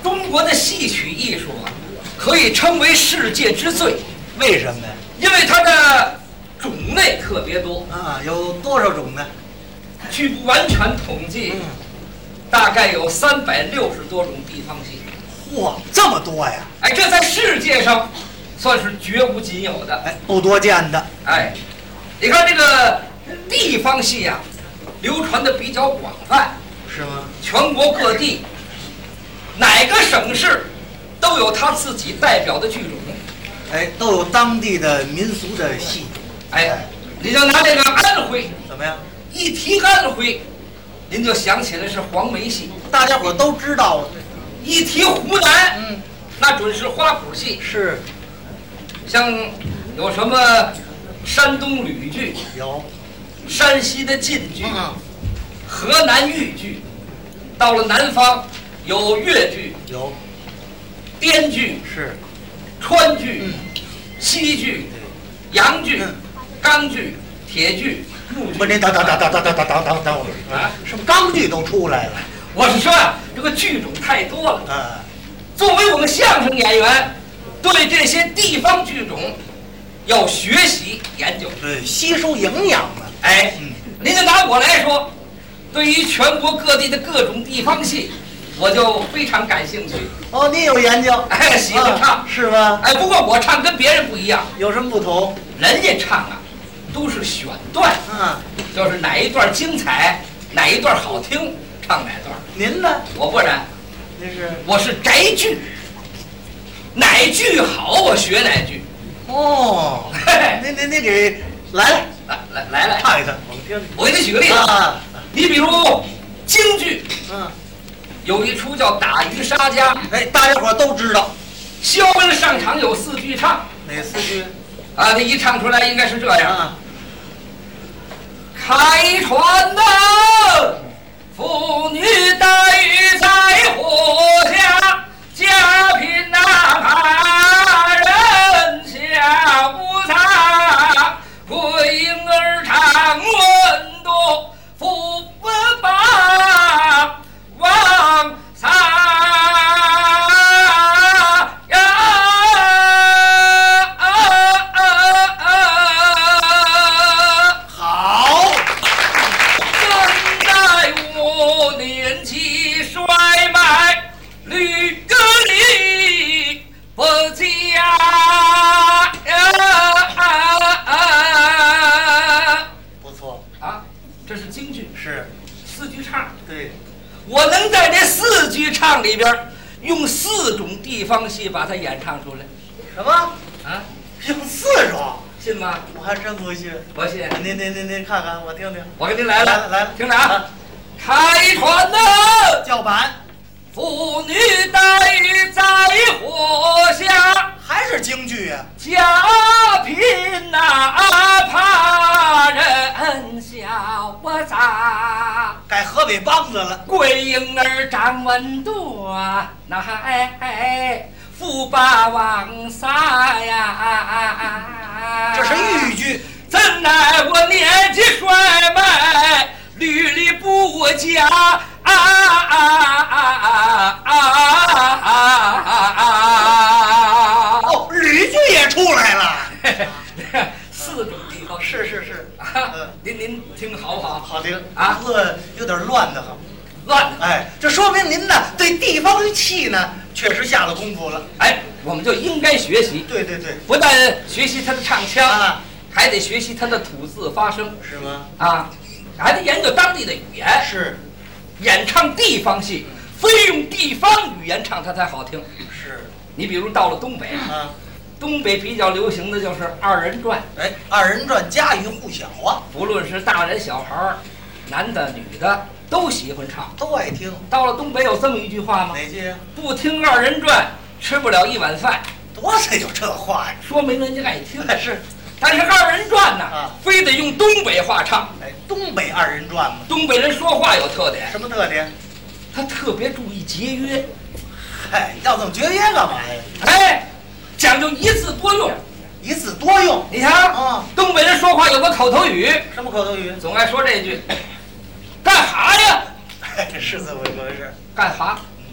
中国的戏曲艺术啊，可以称为世界之最。 为什么呀？ 因为它的种类特别多啊，有多少种呢？ 据不完全统计，大概有360多种地方戏。 嚯，这么多呀！ 哎，这在世界上算是绝无仅有的， 哎，不多见的。 哎，你看这个地方戏啊，流传的比较广泛， 是吗？ 全国各地哪个省市都有他自己代表的剧种。 哎，都有当地的民俗的戏。 哎，你就拿这个安徽， 怎么样？ 一提安徽，您就想起来是黄梅戏， 大家伙都知道。 一提湖南，那准是花鼓戏。 是， 像有什么山东吕剧， 有山西的晋剧，河南豫剧，到了南方有越剧， 有滇剧， 是川剧，西剧，洋剧，钢剧，铁剧，木剧。 不，您等会儿啊！什么钢剧都出来了？ 我是说啊，这个剧种太多了。作为我们相声演员，对这些地方剧种要学习研究， 对，吸收营养嘛。 哎，您就拿我来说，对于全国各地的各种地方戏，我就非常感兴趣。 哦，你有研究？ 哎，喜欢唱， 是吗？ 哎，不过我唱跟别人不一样， 有什么不同？ 人家唱啊，都是选段，就是哪一段精彩，哪一段好听，唱哪段。 您呢？ 我不然，我是摘句，哪句好我学哪句。 哦，您给来唱一唱，我们听听。 我给你举个例子啊，你比如京剧，有一出叫《打渔杀家》， 哎，大家伙都知道。 肖恩上场有4句唱， 哪4句？ 啊，他一唱出来应该是这样：开船呐，妇女待遇在火下，家贫呐怕人下无差，贵婴儿常问多，福不把王撒呀。 好， 怎奈我年纪衰迈，屡离不家不错啊！这是京剧， 是 4句唱。 对， 我能在这4句唱里边，用4种地方戏把它演唱出来。 什么？ 啊？ 用4种？ 信吗？ 我还真不信。 我信。 您看看，我听听。 我给您来了， 来， 听着啊！开船呐， 叫板， 妇女待遇在火下， 还是京剧呀？ 家贫呐怕人笑我砸， 改河北梆子了。 贵婴儿长稳多，那还富霸王撒呀。 这是豫剧。 怎奈我年纪衰迈，屡离不佳哦，吕剧也出来了。 4种地方是您听好不好？ 好听啊， 不过有点乱的很。 乱。 哎，这说明您呢对地方戏呢确实下了功夫了。 哎，我们就应该学习。 对， 不但学习他的唱腔啊， 还得学习他的吐字发声。 是吗？ 啊，还得研究当地的语言。 是， 演唱地方戏，非用地方语言唱它才好听。 是。 你比如到了东北啊， 东北比较流行的就是2人转。 哎，2人转家喻户晓啊， 不论是大人小孩，男的女的都喜欢唱， 都爱听。 到了东北有这么一句话吗？ 哪句？ 不听2人转，吃不了1碗饭。 多少有这话呀？ 说明人家爱听。 是。 但是2人转呢，非得用东北话唱。 哎，东北2人转嘛。 东北人说话有特点。 什么特点？ 他特别注意节约。 嗨，要这么节约干嘛呀？ 哎，讲究一字多用。 一字多用。 你瞧，东北人说话有个口头语。 什么口头语？ 总爱说这句：干哈呀？ 是这么一回事。 干哈？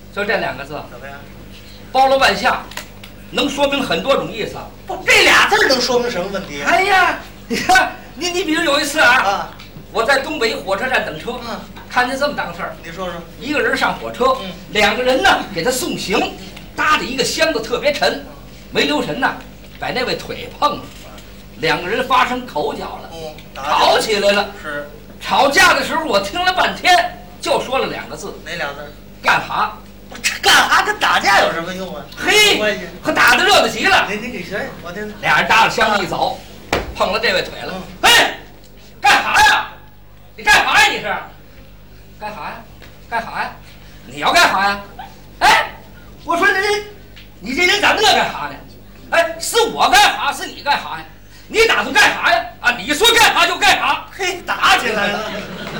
就这2个字， 怎么样？ 包罗万象，能说明很多种意思。 不，这俩字能说明什么问题？ 哎呀，你看，你比如有一次啊， 我在东北火车站等车，看见这么档事儿。 你说说。 一个人上火车，2个人呢给他送行，搭着一个箱子特别沉，没留神呢，把那位腿碰了，2个人发生口角了，吵起来了。 是。 吵架的时候，我听了半天，就说了2个字。 哪2字？ 干哈？ 这干哈跟打架有什么用啊？ 嘿，可打得热闹极了。 你给学，我听听。 俩人搭着箱子一走，碰了这位腿了。嘿，干哈呀？你干哈呀？你是干哈呀？干哈呀？你要干哈呀？哎，我说你这人咋那干哈呢？哎，是我干哈？是你干哈呀？你打算干啥呀？啊，你说干啥就干啥。 嘿，打起来了。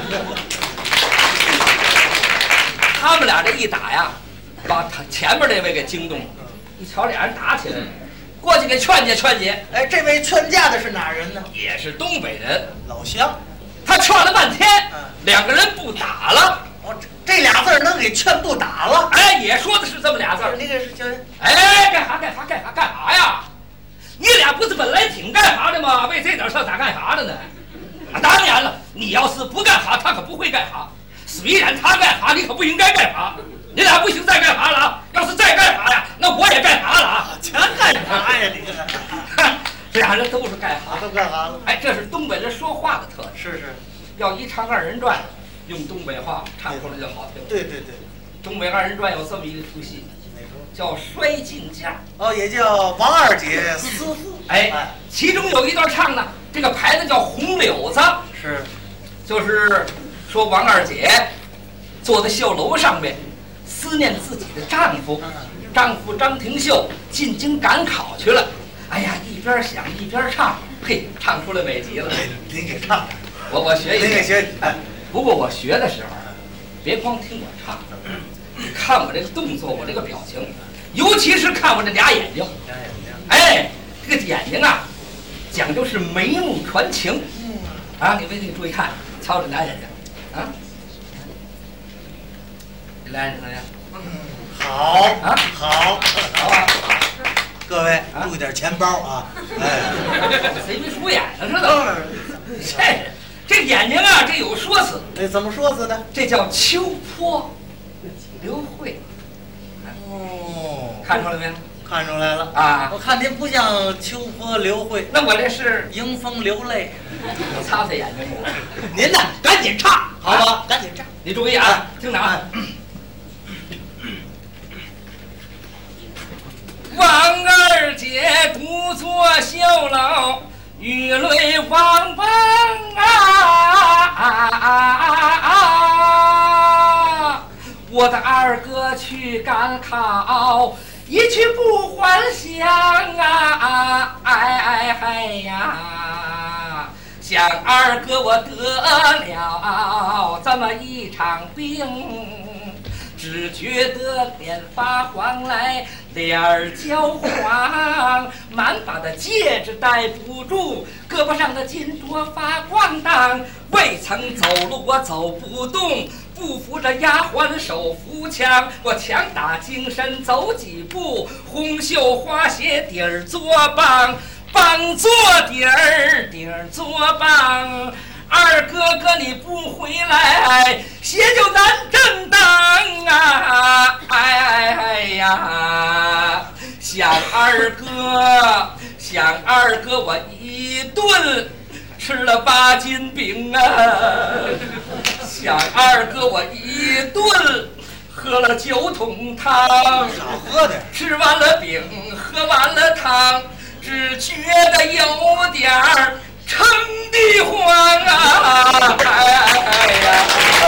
他们俩这一打呀，把他前面那位给惊动了。一瞧俩人打起来了，过去给劝解劝解。 哎，这位劝架的是哪人呢？ 也是东北人， 老乡。 他劝了半天，2个人不打了。 哦，这俩字能给劝不打了？ 哎，也说的是这么俩字。 你给是行。 哎，干啥呀？你俩不是本来挺干啥的吗？为这点事咋干啥的呢？啊，当然了，你要是不干啥，他可不会干啥。虽然他干啥，你可不应该干啥。你俩不行再干啥了啊？要是再干啥呀，那我也干啥了啊？ 全干啥呀？你这俩人都是干啥？ 都干啥了？ 哎，这是东北人说话的特点。 是。 要一唱2人转，用东北话唱出来就好听。 对。 东北2人转有这么一个出戏，叫摔镜架。 哦，也叫王二姐思妇。 哎，其中有一段唱呢，这个牌子叫红柳子。 是。 就是说王二姐坐在绣楼上面，思念自己的丈夫。丈夫张廷秀进京赶考去了。哎呀，一边想一边唱，嘿，唱出来美极了。 您给唱唱。 我学一下。 您给学。 不过我学的时候，别光听我唱，看我这个动作，我这个表情，尤其是看我这俩眼睛。哎，这个眼睛啊，讲究是眉目传情。啊，你注意看，瞧这俩眼睛，啊，这俩眼睛怎么样？ 好啊，好啊！ 各位注意点钱包啊！哎， 谁没数眼呢？这都这眼睛啊，这有说辞。 哎，怎么说辞呢？ 这叫秋波流慧。 哦， 看出来没有？ 看出来了啊！ 我看您不像秋波流慧， 那我这是迎风流泪。 我擦擦眼睛。 您呢？赶紧唱，好吧？赶紧唱。 你注意啊，听着啊。王二姐独坐绣楼，雨泪汪汪啊！我的二哥去赶考，一去不还乡啊！哎呀，想二哥我得了这么一场病。只觉得脸发黄来，脸儿焦黄，满把的戒指戴不住，胳膊上的金镯发光当，未曾走路我走不动，不扶着丫鬟手扶墙，我强打精神走几步，红袖花鞋底儿作棒，棒做底儿，底儿作棒。二哥哥你不回来，鞋就难正当啊！哎呀，想二哥我一顿吃了8斤饼啊！想二哥我一顿喝了9桶汤， 少喝点。 吃完了饼，喝完了汤，只觉得有点儿撑得慌啊！哎呀，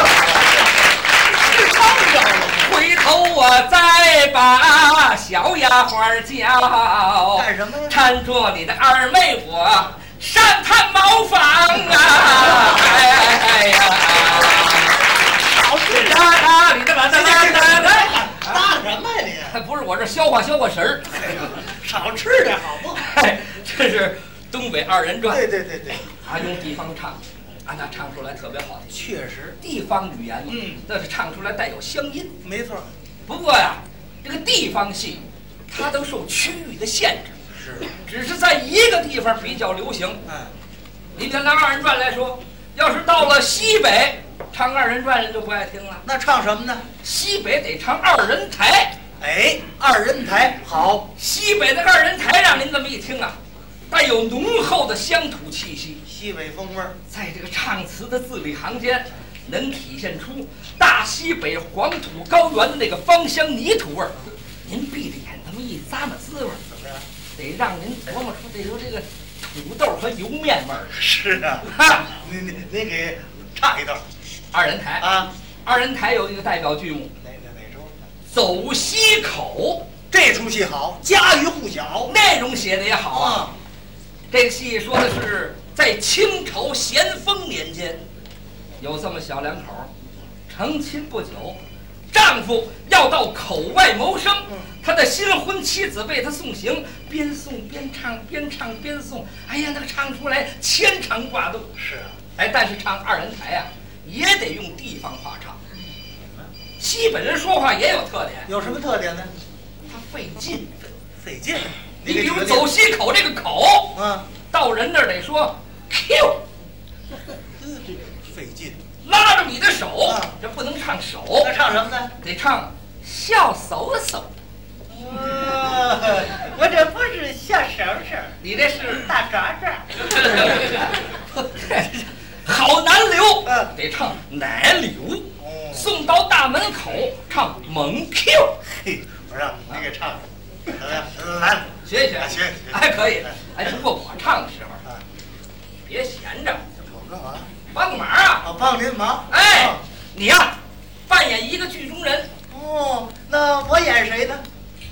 回头我再把小丫鬟叫， 干什么呀？ 搀着你的二妹我上趟茅房啊！哎呀， 少吃点。 打你的打打什么呀你？ 不是我这消化神儿， 少吃点好不好？ 这是东北2人转。 对， 啊，用地方唱，啊，那唱出来特别好听。 确实， 地方语言嘛，那是唱出来带有乡音。 没错。 不过呀，这个地方戏，它都受区域的限制， 是， 只是在一个地方比较流行。你就拿二人转来说，要是到了西北，唱二人转人就不爱听了。 那唱什么呢？ 西北得唱二人台。 哎，二人台好。 西北的二人台让您这么一听啊，带有浓厚的乡土气息， 西北风味儿， 在这个唱词的字里行间，能体现出大西北黄土高原的那个芳香泥土味儿。您闭着眼这么一咂摸滋味儿， 怎么样？ 得让您琢磨出得有这个土豆和油面味儿。 是啊， 哈， 您给唱一段。 二人台啊， 二人台有一个代表剧目， 哪出？ 走西口。 这出戏好，家喻户晓， 内容写的也好啊。这个戏说的是在清朝咸丰年间，有这么小两口，成亲不久，丈夫要到口外谋生，他的新婚妻子为他送行，边送边唱，边唱边送，哎呀，那个唱出来牵肠挂肚。 是啊， 哎，但是唱二人台啊，也得用地方话唱。西北人说话也有特点， 有什么特点呢？ 他费劲， 费劲。 你比如走西口这个口，到人那儿得说 Q， 费劲。 拉着你的手，这不能唱手， 那唱什么呢？ 得唱笑嗖嗖。 我这不是小手手， 你这是大爪爪。 好难留，得唱奶流。送到大门口唱猛 Q。 嘿，我让你给唱。来， 学一学， 学， 还可以。哎，不过我唱的时候，别闲着。 我干嘛？ 帮个忙啊！ 我帮您忙。 哎，你呀，扮演一个剧中人。 哦，那我演谁呢？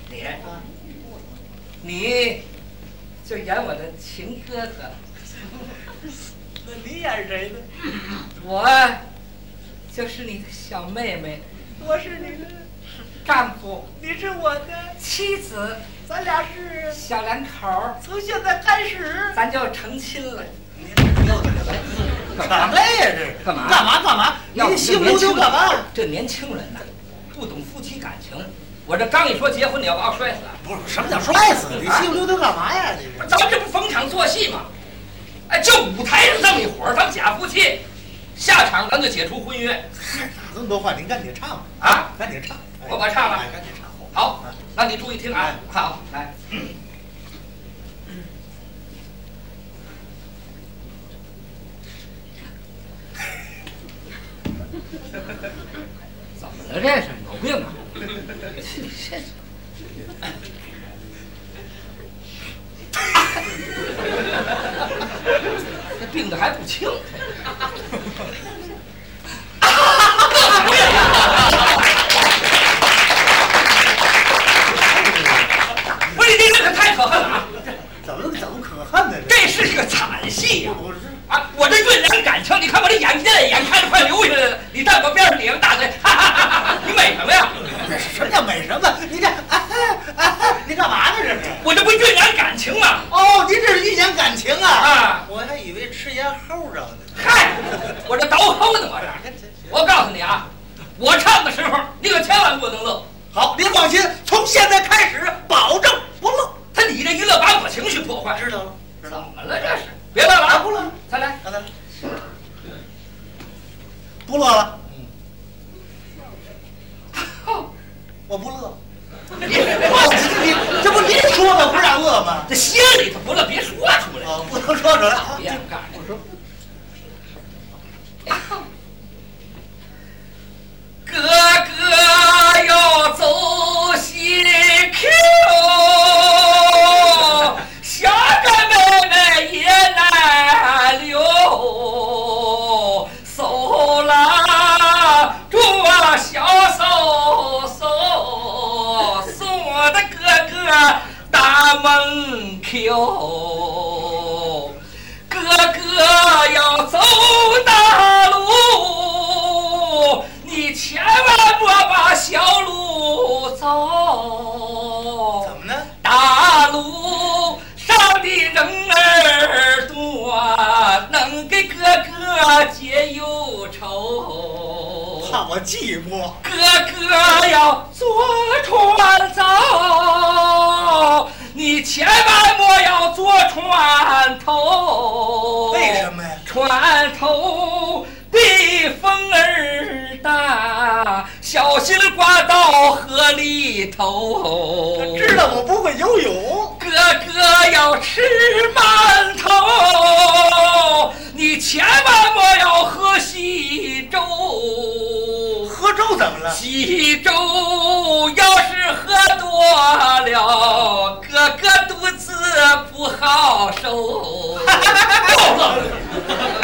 你就演我的情哥哥。 那你演谁呢？ 我就是你的小妹妹。 我是你的丈夫， 你是我的妻子， 咱俩是小两口， 从现在开始咱就成亲了。 干嘛呀？这干嘛？ 干嘛？你稀不溜丢干嘛？ 这年轻人呐，不懂夫妻感情。我这刚一说结婚，你要把我摔死了。 不是，什么叫摔死？你稀不溜丢干嘛呀？你这咱们这不逢场作戏吗？哎，就舞台上这么一会儿，咱们假夫妻，下场咱就解除婚约。 哪这么多话？您赶紧唱啊！ 赶紧唱。 我把唱了， 赶紧唱。 好，那你注意听啊！好，来。怎么了？这是有病啊！这病的还不轻。不是，这可太可恨了啊！ 怎么可恨呢？ 这是一个惨戏呀！ 啊， 我这酝酿感情，你看我这眼泪眼看着快流下来了。你站我边上咧个大嘴，哈哈哈哈！你美什么呀？ 什么叫美什么？你这你干嘛呢？这是？ 我这不酝酿感情吗？ 哦，您这是酝酿感情啊！ 啊， 我还以为吃烟齁着呢。 嗨，我这倒齁呢，我这。我告诉你啊，我唱的时候你可千万不能乐。 好，您放心，从现在开始保证不乐。 他你这一乐把我情绪破坏。 知道了， 怎么了这是？别乐了啊！ 不乐， 再来， 不乐了。我不乐。你这不您说的不让乐吗？ 这心里头不乐，别说出来。 不能说出来。 别干，不说。哥哥要走西口，小个妹妹也难留。手拉住啊，小手手，送我的哥哥大门口。哥哥要走大路，你千万莫把小路走。 怎么呢？ 大路上的人儿多，能给哥哥解忧愁。 怕我寂寞。 哥哥要做船头。 为什么呀？ 船头北风儿大，小心刮到河里头。 知道我不会游泳。 哥哥要吃馒头，你千万莫要喝稀粥。 喝粥怎么了？ 稀粥要是喝多了，哥哥肚子不好受。够了。